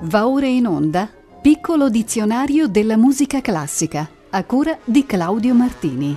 Va ora in onda Piccolo dizionario della musica classica, a cura di Claudio Martini.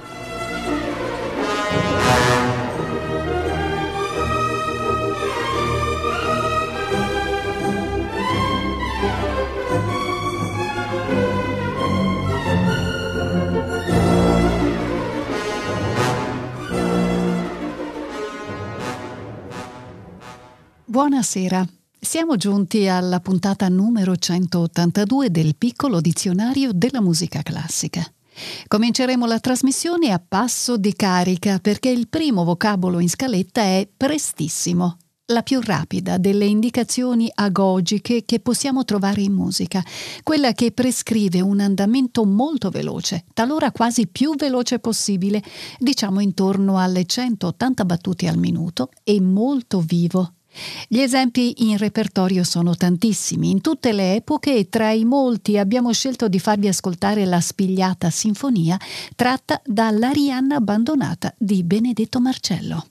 Buonasera. Siamo giunti alla puntata numero 182 del Piccolo dizionario della musica classica. Cominceremo la trasmissione a passo di carica perché il primo vocabolo in scaletta è prestissimo, la più rapida delle indicazioni agogiche che possiamo trovare in musica, quella che prescrive un andamento molto veloce, talora quasi più veloce possibile, diciamo intorno alle 180 battute al minuto, e molto vivo. Gli esempi in repertorio sono tantissimi, in tutte le epoche, e tra i molti abbiamo scelto di farvi ascoltare la spigliata sinfonia tratta da L'Arianna abbandonata di Benedetto Marcello.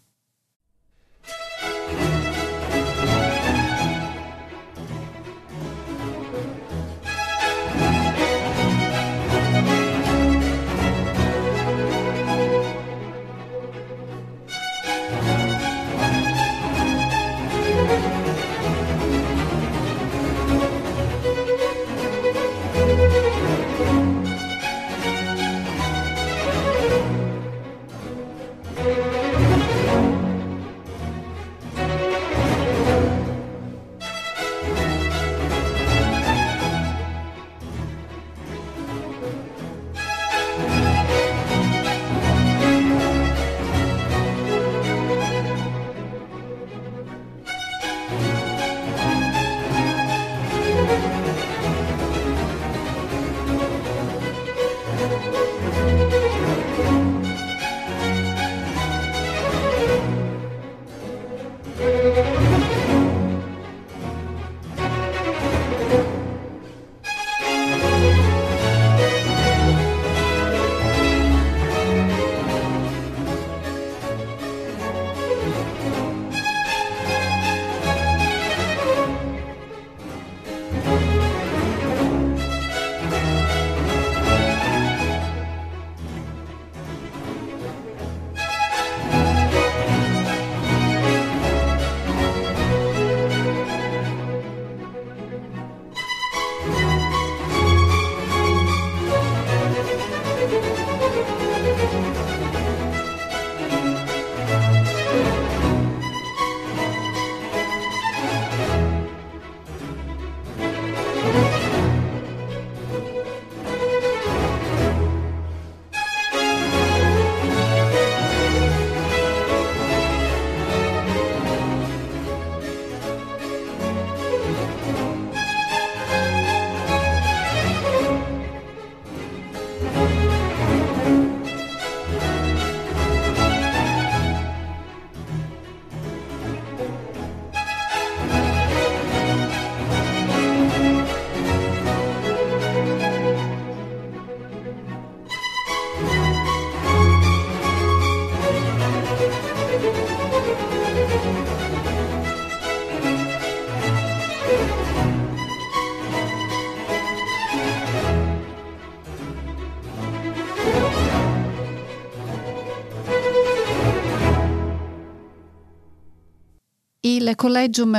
Il Collegium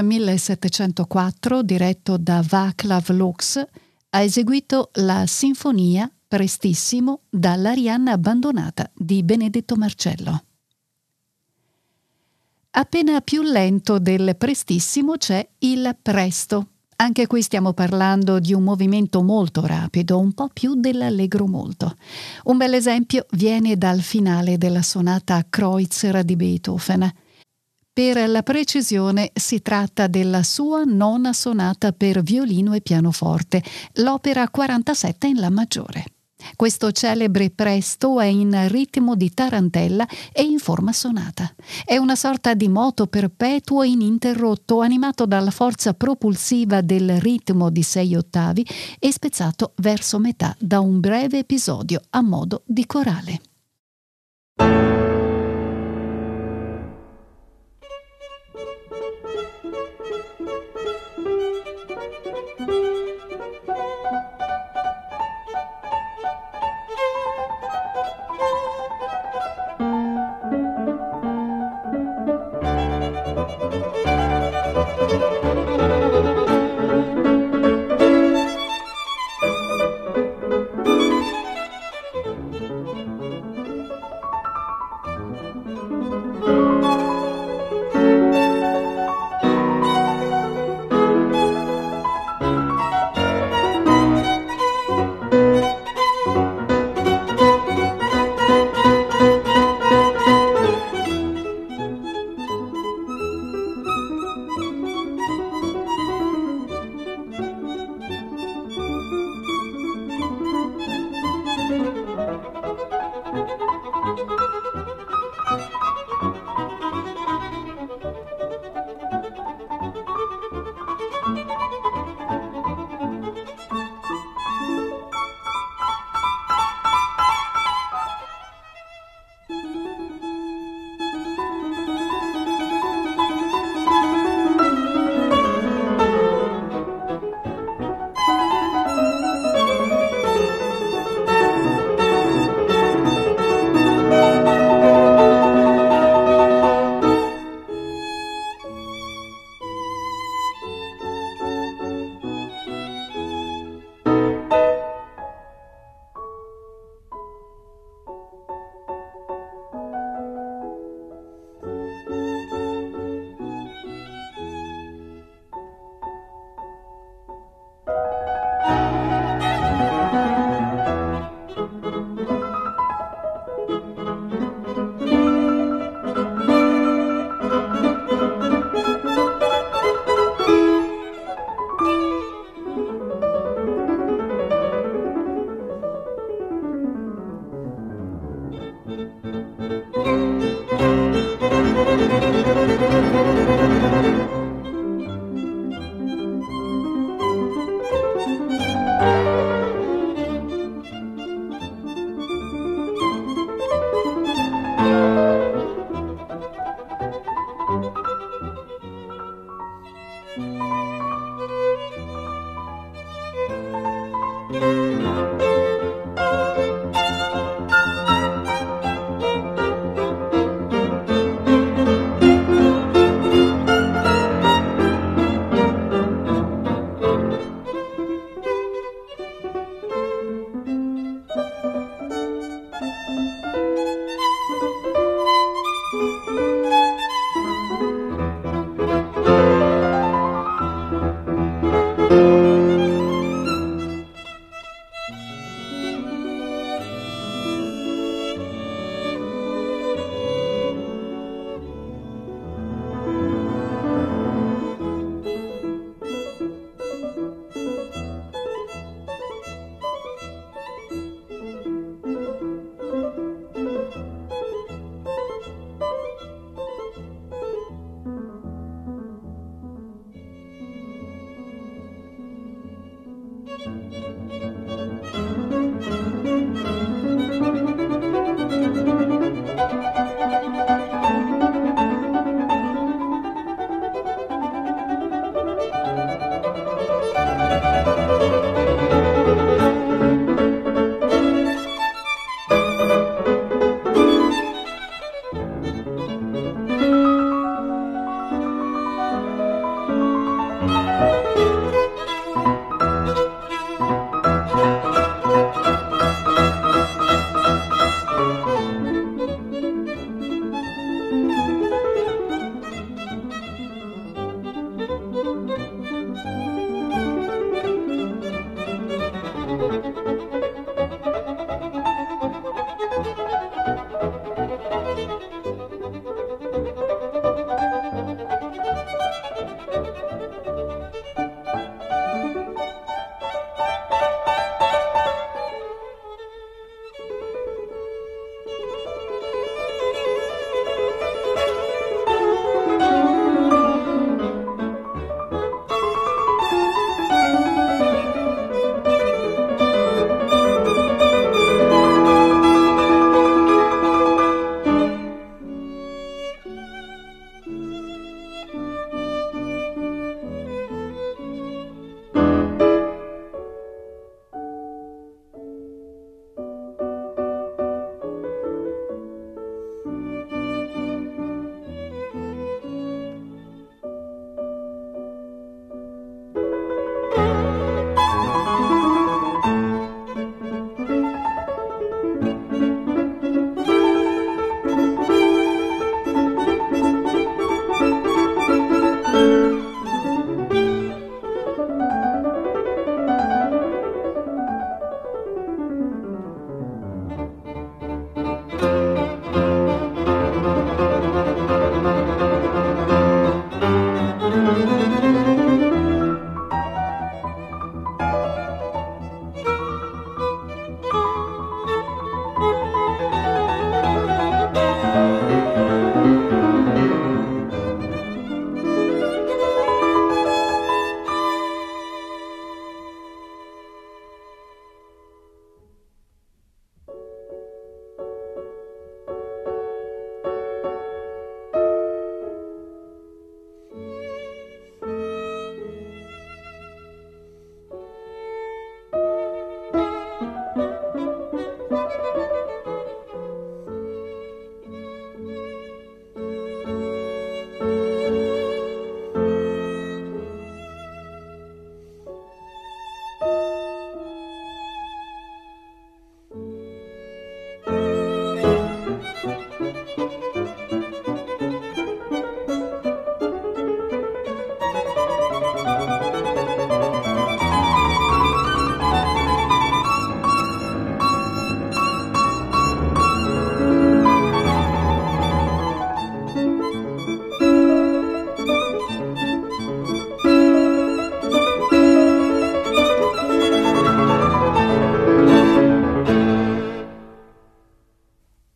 1704, diretto da Václav Lux, ha eseguito la sinfonia Prestissimo dall'Arianna abbandonata di Benedetto Marcello. Appena più lento del prestissimo c'è il presto. Anche qui stiamo parlando di un movimento molto rapido, un po' più dell'allegro molto. Un bel esempio viene dal finale della sonata Kreutzer di Beethoven. Per la precisione si tratta della sua nona sonata per violino e pianoforte, l'opera 47 in La maggiore. Questo celebre presto è in ritmo di tarantella e in forma sonata. È una sorta di moto perpetuo ininterrotto, animato dalla forza propulsiva del ritmo di 6 ottavi e spezzato verso metà da un breve episodio a modo di corale.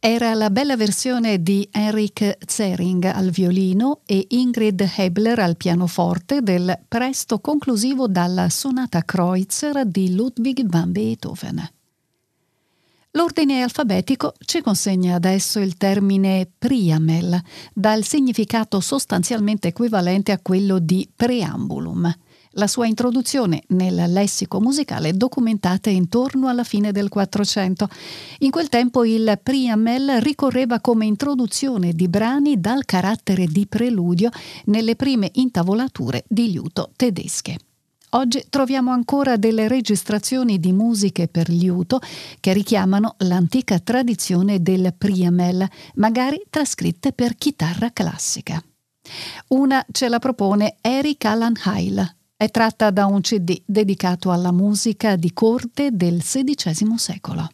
Era la bella versione di Henrik Zering al violino e Ingrid Hebler al pianoforte del presto conclusivo dalla Sonata Kreutzer di Ludwig van Beethoven. L'ordine alfabetico ci consegna adesso il termine Priamel, dal significato sostanzialmente equivalente a quello di preambulum. La sua introduzione nel lessico musicale è documentata intorno alla fine del 400. In quel tempo il Priamel ricorreva come introduzione di brani dal carattere di preludio nelle prime intavolature di liuto tedesche. Oggi troviamo ancora delle registrazioni di musiche per liuto che richiamano l'antica tradizione del Priamel, magari trascritte per chitarra classica. Una ce la propone Eric Allan Heil. È tratta da un CD dedicato alla musica di corte del XVI secolo.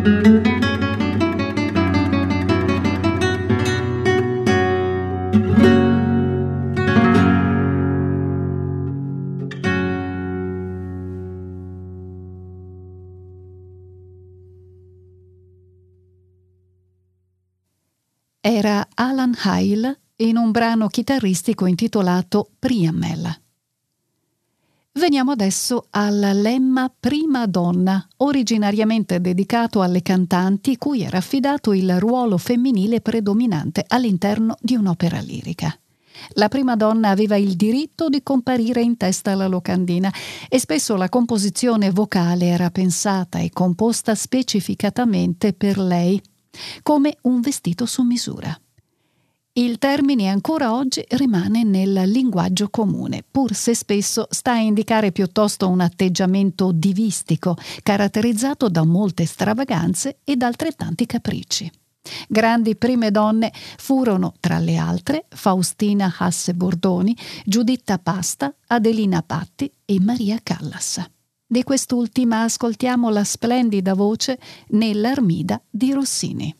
Era Alan Hale in un brano chitarristico intitolato Priamel. Veniamo adesso al lemma Prima Donna, originariamente dedicato alle cantanti cui era affidato il ruolo femminile predominante all'interno di un'opera lirica. La prima donna aveva il diritto di comparire in testa alla locandina e spesso la composizione vocale era pensata e composta specificatamente per lei, come un vestito su misura. Il termine ancora oggi rimane nel linguaggio comune, pur se spesso sta a indicare piuttosto un atteggiamento divistico, caratterizzato da molte stravaganze ed altrettanti capricci. Grandi prime donne furono, tra le altre, Faustina Hasse-Bordoni, Giuditta Pasta, Adelina Patti e Maria Callas. Di quest'ultima ascoltiamo la splendida voce nell'Armida di Rossini.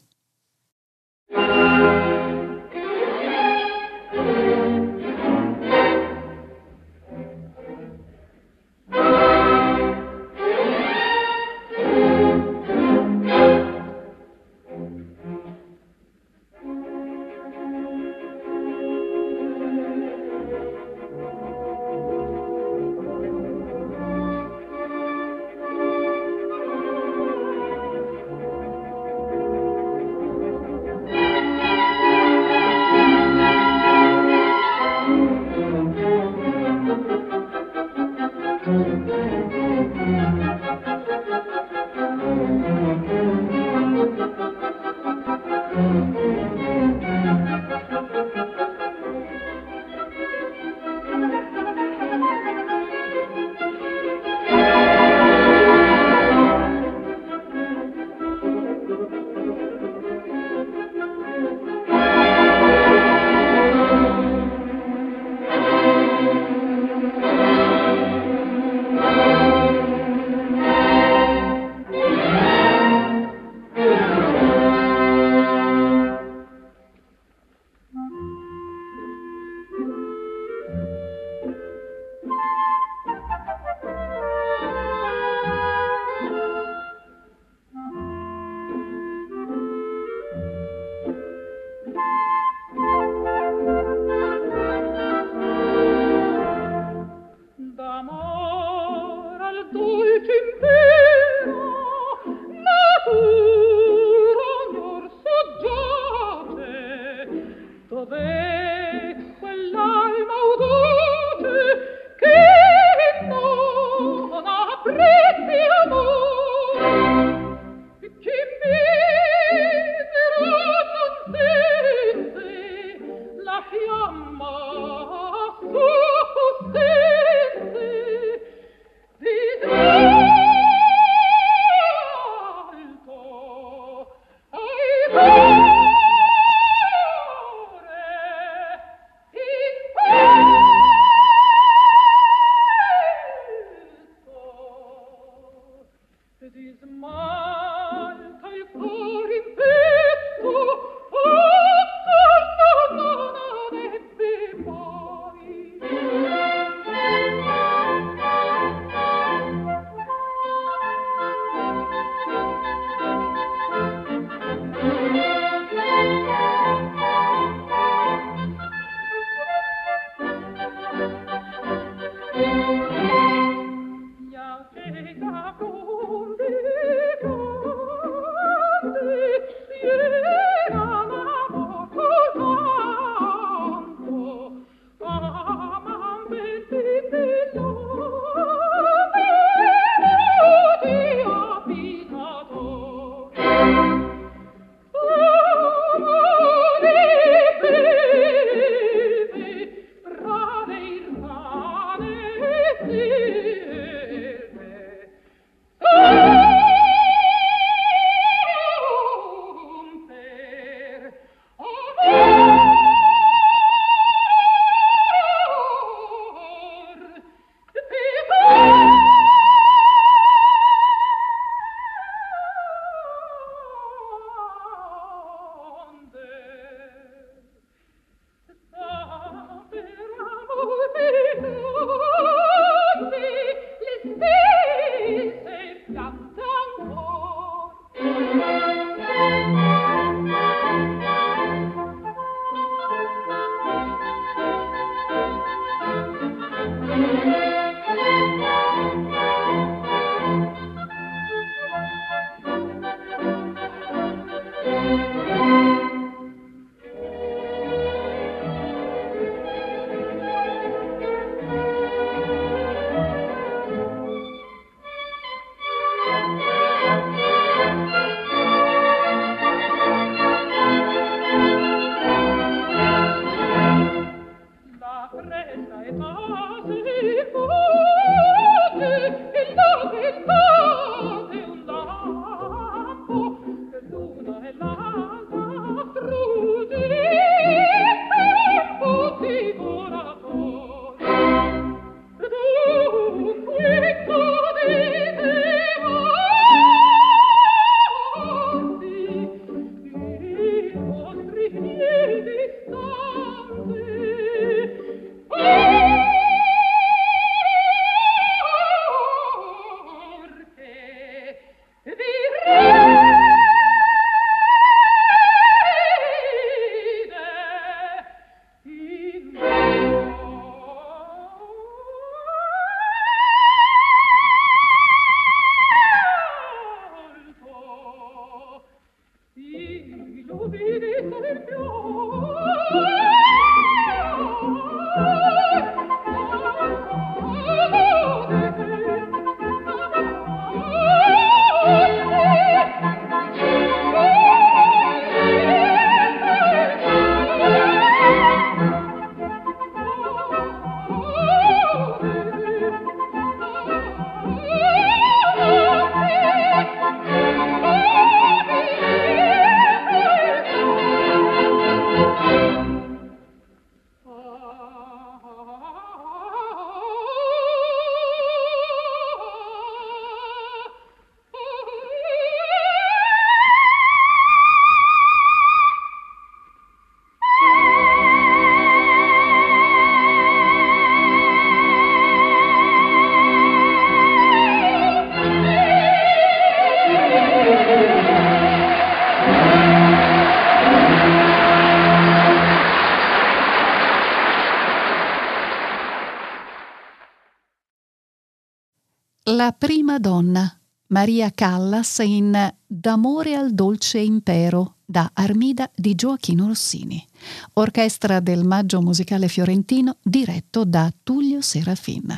La prima donna, Maria Callas in D'amore al dolce impero, da Armida di Gioachino Rossini, orchestra del Maggio Musicale Fiorentino diretto da Tullio Serafin.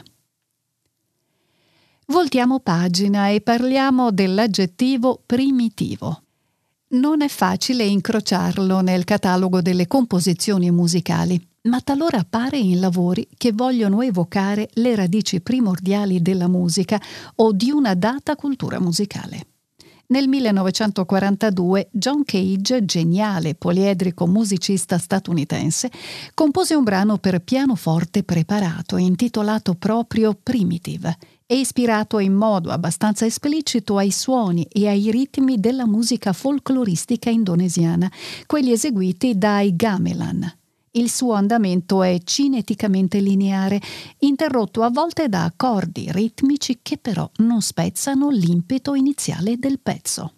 Voltiamo pagina e parliamo dell'aggettivo primitivo. Non è facile incrociarlo nel catalogo delle composizioni musicali, ma talora appare in lavori che vogliono evocare le radici primordiali della musica o di una data cultura musicale. Nel 1942 John Cage, geniale poliedrico musicista statunitense, compose un brano per pianoforte preparato intitolato proprio Primitive e ispirato in modo abbastanza esplicito ai suoni e ai ritmi della musica folcloristica indonesiana, quelli eseguiti dai gamelan. Il suo andamento è cineticamente lineare, interrotto a volte da accordi ritmici che però non spezzano l'impeto iniziale del pezzo.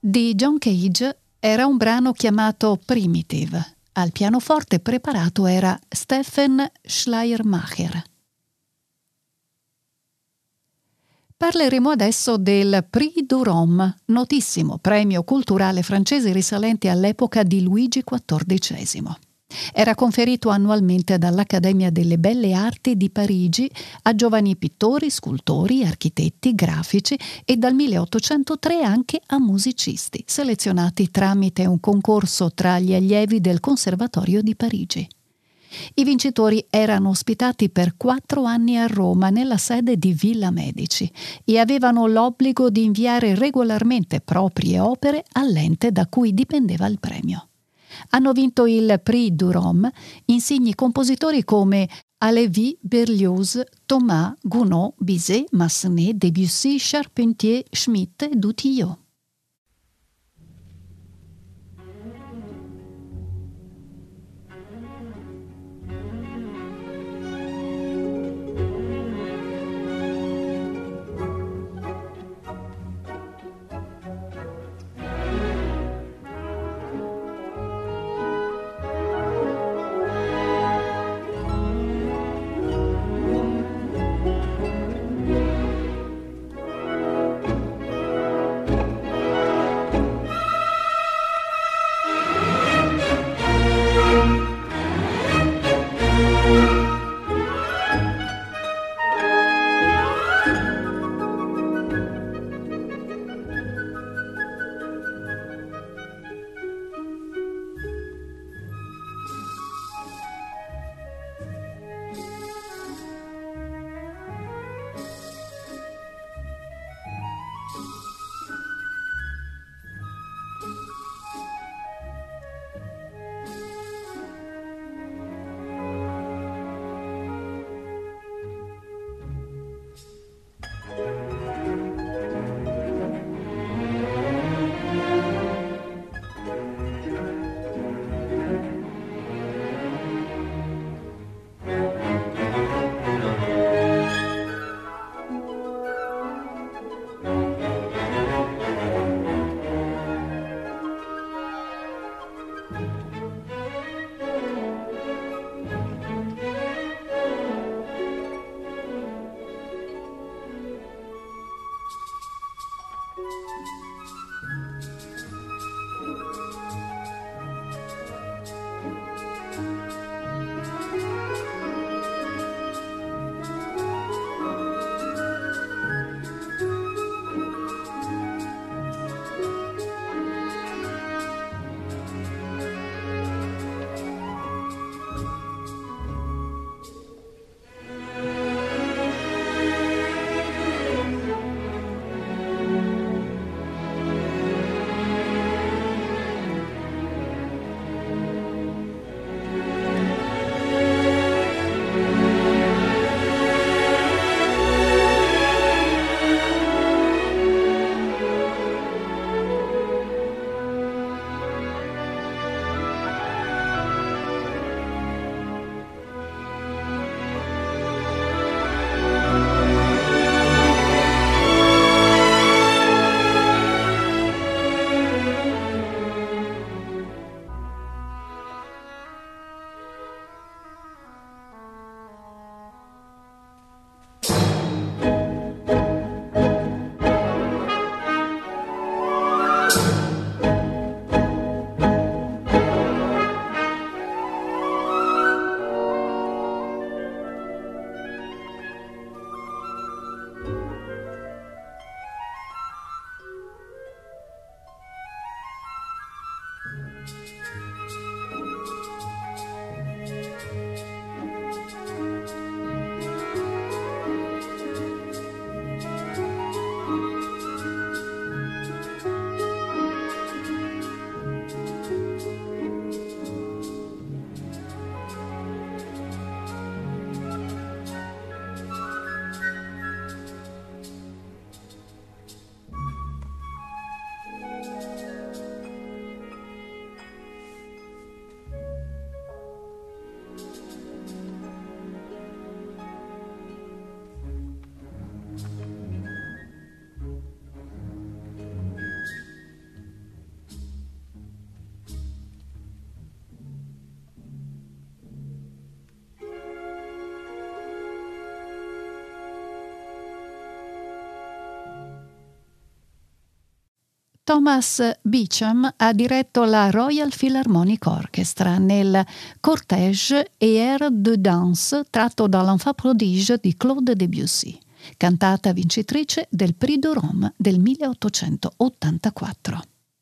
di John Cage era un brano chiamato Primitive. Al pianoforte preparato era Stephen Schleiermacher. Parleremo adesso del Prix du Rhum, notissimo premio culturale francese risalente all'epoca di Luigi XIV. Era conferito annualmente dall'Accademia delle Belle Arti di Parigi a giovani pittori, scultori, architetti, grafici e dal 1803 anche a musicisti, selezionati tramite un concorso tra gli allievi del Conservatorio di Parigi. I vincitori erano ospitati per 4 anni a Roma nella sede di Villa Medici e avevano l'obbligo di inviare regolarmente proprie opere all'ente da cui dipendeva il premio. Hanno vinto il Prix du Rhum insigni compositori come Halévy, Berlioz, Thomas, Gounod, Bizet, Massenet, Debussy, Charpentier, Schmidt e Dutillot. Thomas Beecham ha diretto la Royal Philharmonic Orchestra nel Cortège et Air de Danse tratto dall'Enfant prodige di Claude Debussy, cantata vincitrice del Prix de Rome del 1884.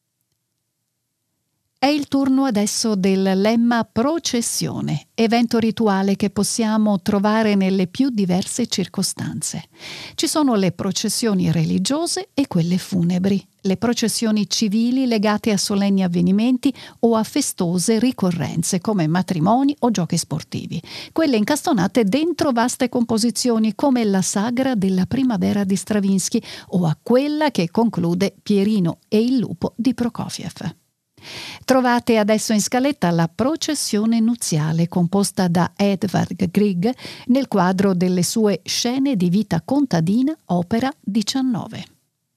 È il turno adesso del lemma processione, evento rituale che possiamo trovare nelle più diverse circostanze. Ci sono le processioni religiose e quelle funebri, le processioni civili legate a solenni avvenimenti o a festose ricorrenze come matrimoni o giochi sportivi, quelle incastonate dentro vaste composizioni come la Sagra della primavera di Stravinsky o a quella che conclude Pierino e il lupo di Prokofiev. Trovate adesso in scaletta la processione nuziale composta da Edvard Grieg nel quadro delle sue Scene di vita contadina, opera 19.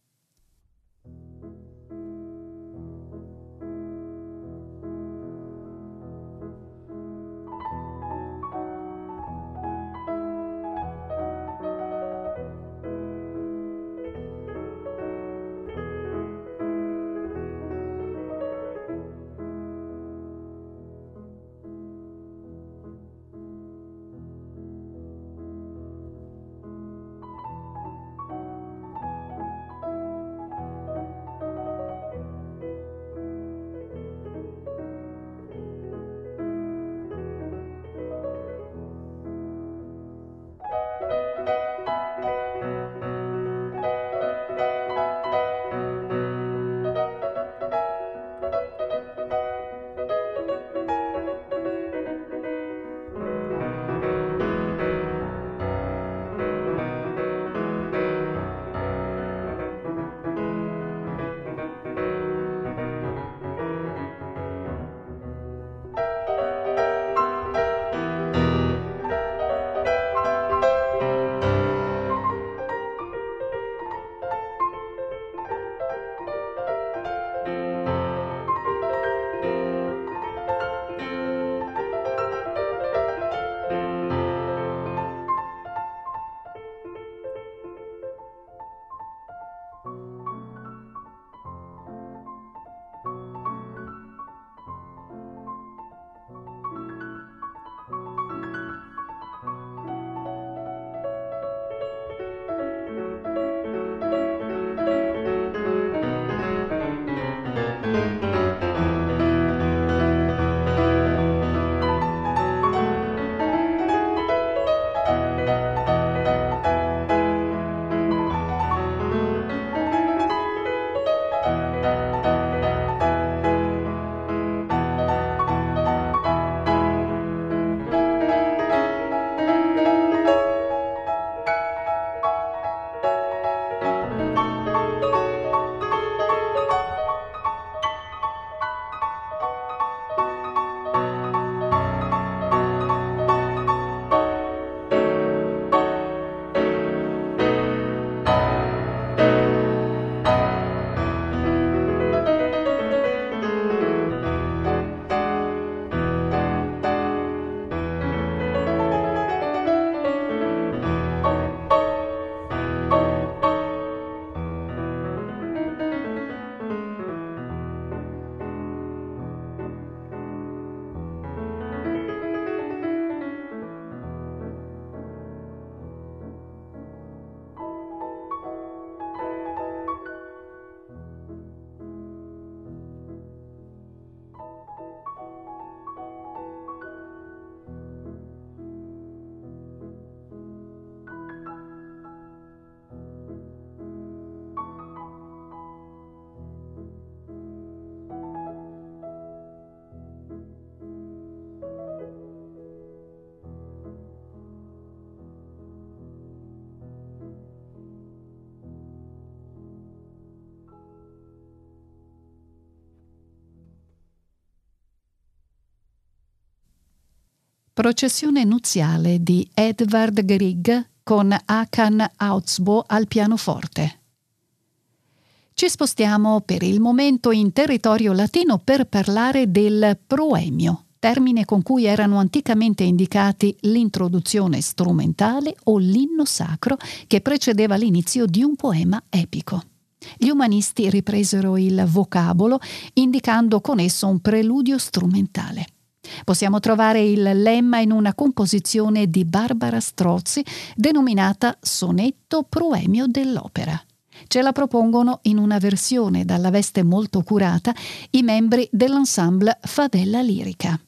Processione nuziale di Edvard Grieg con Håkan Audsbo al pianoforte. Ci spostiamo per il momento in territorio latino per parlare del proemio, termine con cui erano anticamente indicati l'introduzione strumentale o l'inno sacro che precedeva l'inizio di un poema epico. Gli umanisti ripresero il vocabolo, indicando con esso un preludio strumentale. Possiamo trovare il lemma in una composizione di Barbara Strozzi denominata Sonetto Proemio dell'opera. Ce la propongono in una versione dalla veste molto curata i membri dell'ensemble Fadella Lirica.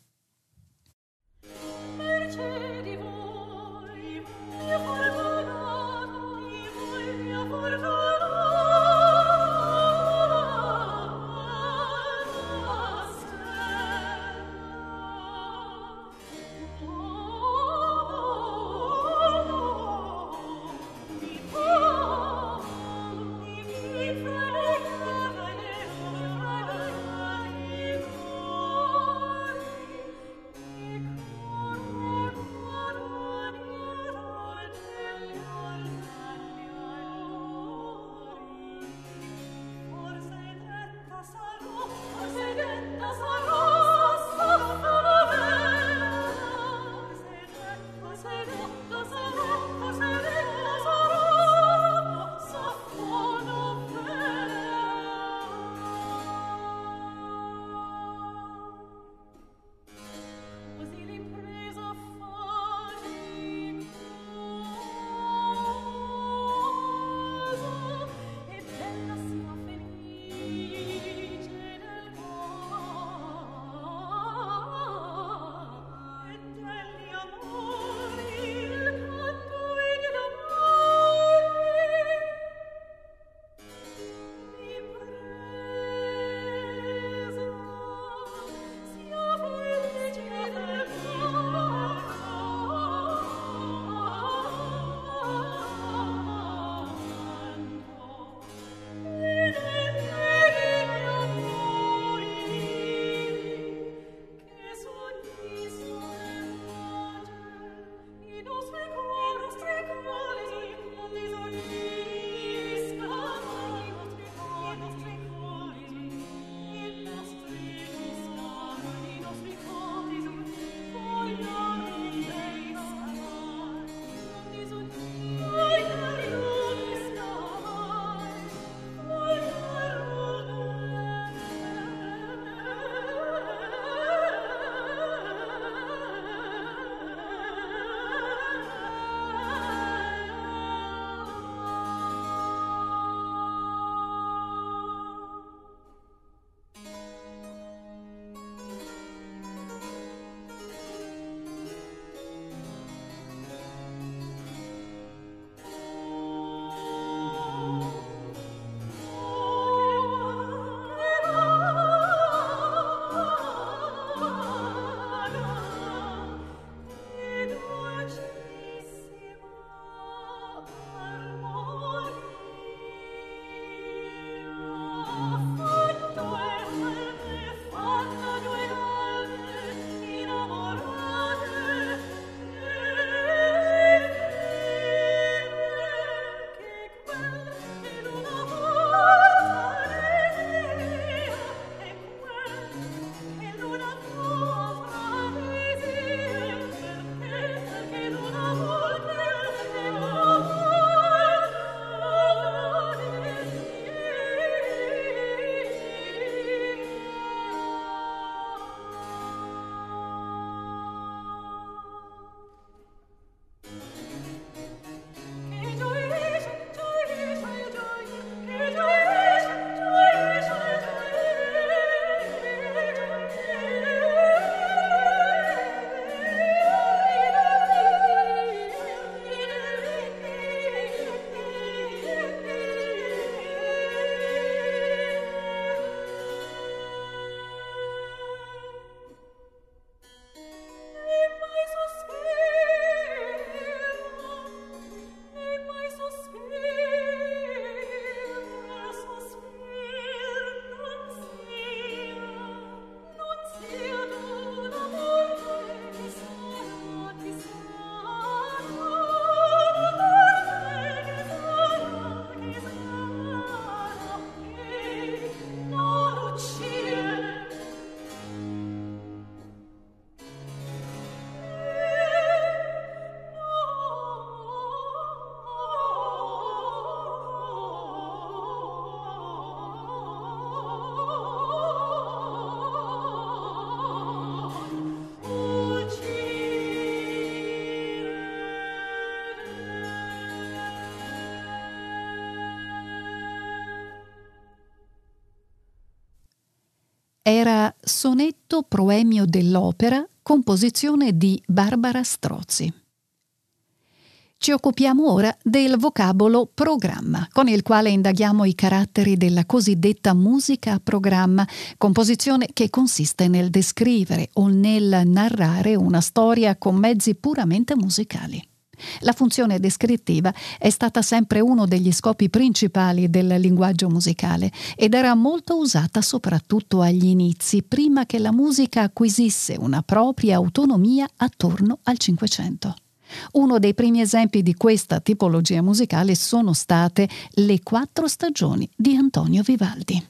era Sonetto Proemio dell'Opera, composizione di Barbara Strozzi. Ci occupiamo ora del vocabolo programma, con il quale indaghiamo i caratteri della cosiddetta musica a programma, composizione che consiste nel descrivere o nel narrare una storia con mezzi puramente musicali. La funzione descrittiva è stata sempre uno degli scopi principali del linguaggio musicale ed era molto usata soprattutto agli inizi, prima che la musica acquisisse una propria autonomia attorno al Cinquecento. Uno dei primi esempi di questa tipologia musicale sono state le 4 stagioni di Antonio Vivaldi.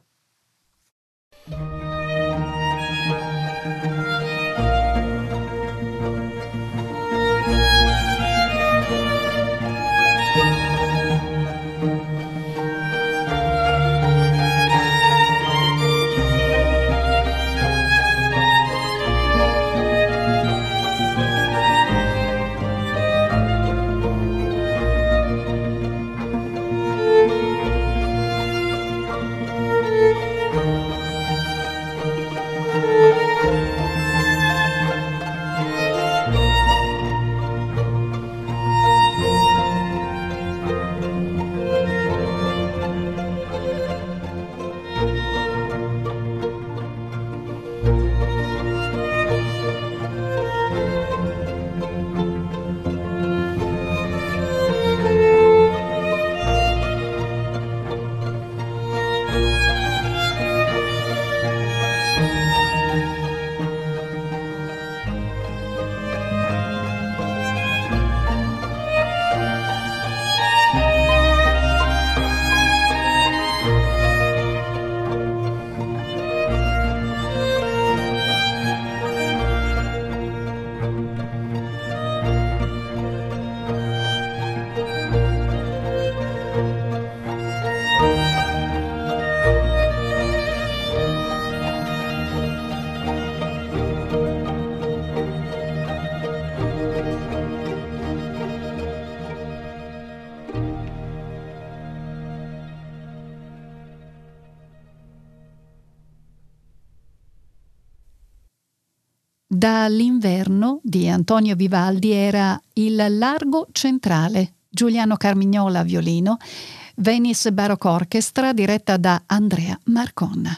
Dall'inverno di Antonio Vivaldi era il Largo Centrale, Giuliano Carmignola violino, Venice Baroque Orchestra diretta da Andrea Marconna.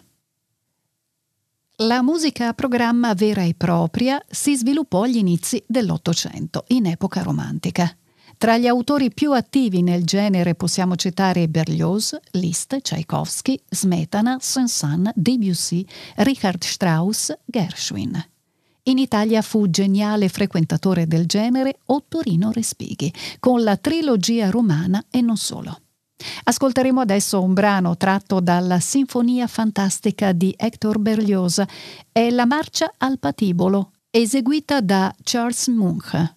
La musica a programma vera e propria si sviluppò agli inizi dell'Ottocento, in epoca romantica. Tra gli autori più attivi nel genere possiamo citare Berlioz, Liszt, Tchaikovsky, Smetana, Saint-Saëns, Debussy, Richard Strauss, Gershwin. In Italia fu geniale frequentatore del genere Ottorino Respighi, con la trilogia romana e non solo. Ascolteremo adesso un brano tratto dalla Sinfonia fantastica di Hector Berlioz, è la Marcia al Patibolo, eseguita da Charles Munch.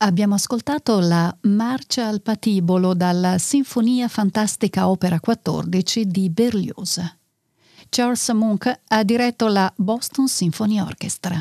Abbiamo ascoltato la Marcia al patibolo dalla Sinfonia Fantastica Opera 14 di Berlioz. Charles Munch ha diretto la Boston Symphony Orchestra.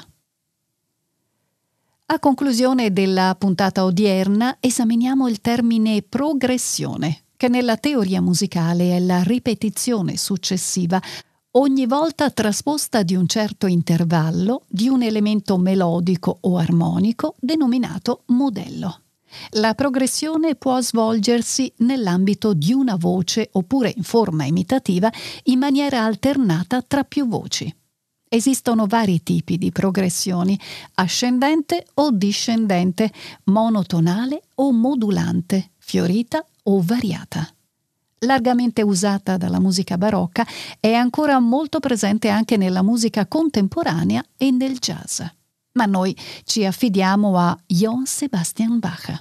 A conclusione della puntata odierna esaminiamo il termine progressione, che nella teoria musicale è la ripetizione successiva, ogni volta trasposta di un certo intervallo, di un elemento melodico o armonico denominato modello. La progressione può svolgersi nell'ambito di una voce oppure in forma imitativa in maniera alternata tra più voci. Esistono vari tipi di progressioni, ascendente o discendente, monotonale o modulante, fiorita o variata. Largamente usata dalla musica barocca, è ancora molto presente anche nella musica contemporanea e nel jazz. Ma noi ci affidiamo a Johann Sebastian Bach.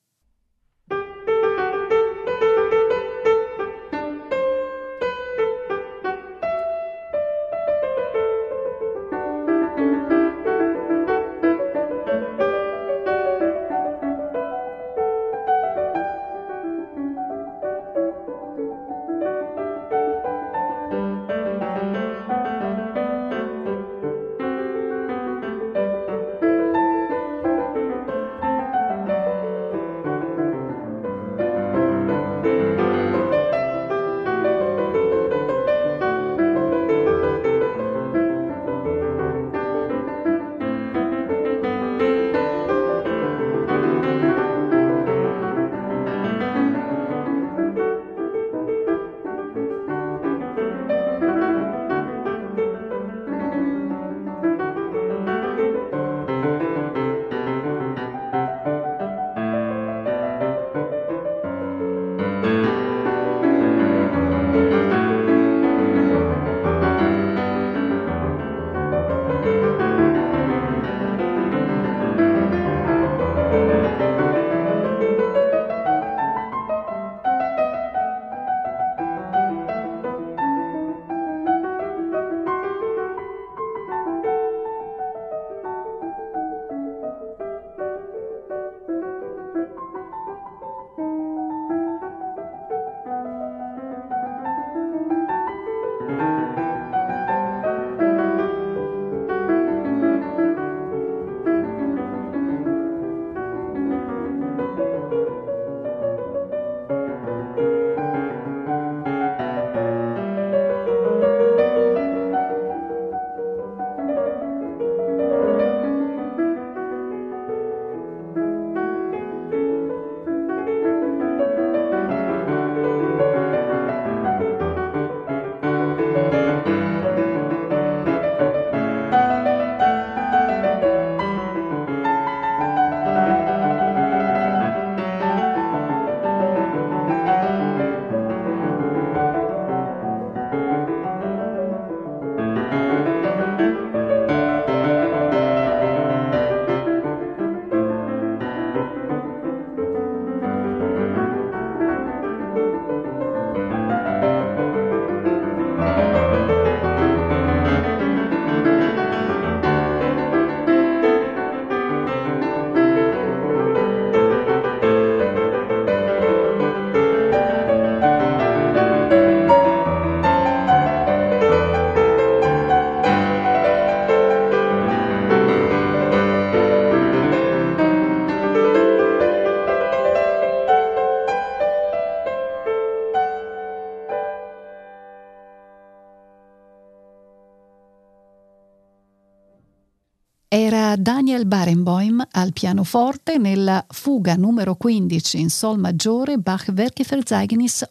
Era Daniel Barenboim al pianoforte nella fuga numero 15 in sol maggiore Bach Werkverzeichnis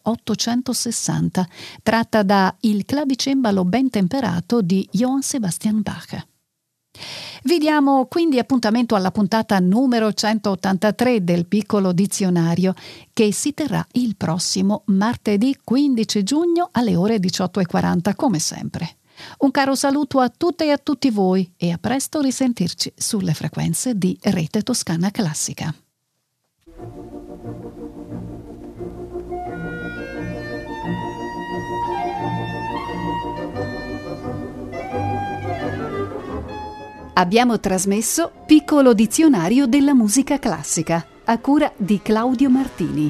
860, tratta da Il clavicembalo ben temperato di Johann Sebastian Bach. Vi diamo quindi appuntamento alla puntata numero 183 del Piccolo Dizionario, che si terrà il prossimo martedì 15 giugno alle ore 18:40 come sempre. Un caro saluto a tutte e a tutti voi e a presto risentirci sulle frequenze di Rete Toscana Classica. Abbiamo trasmesso Piccolo dizionario della musica classica, a cura di Claudio Martini.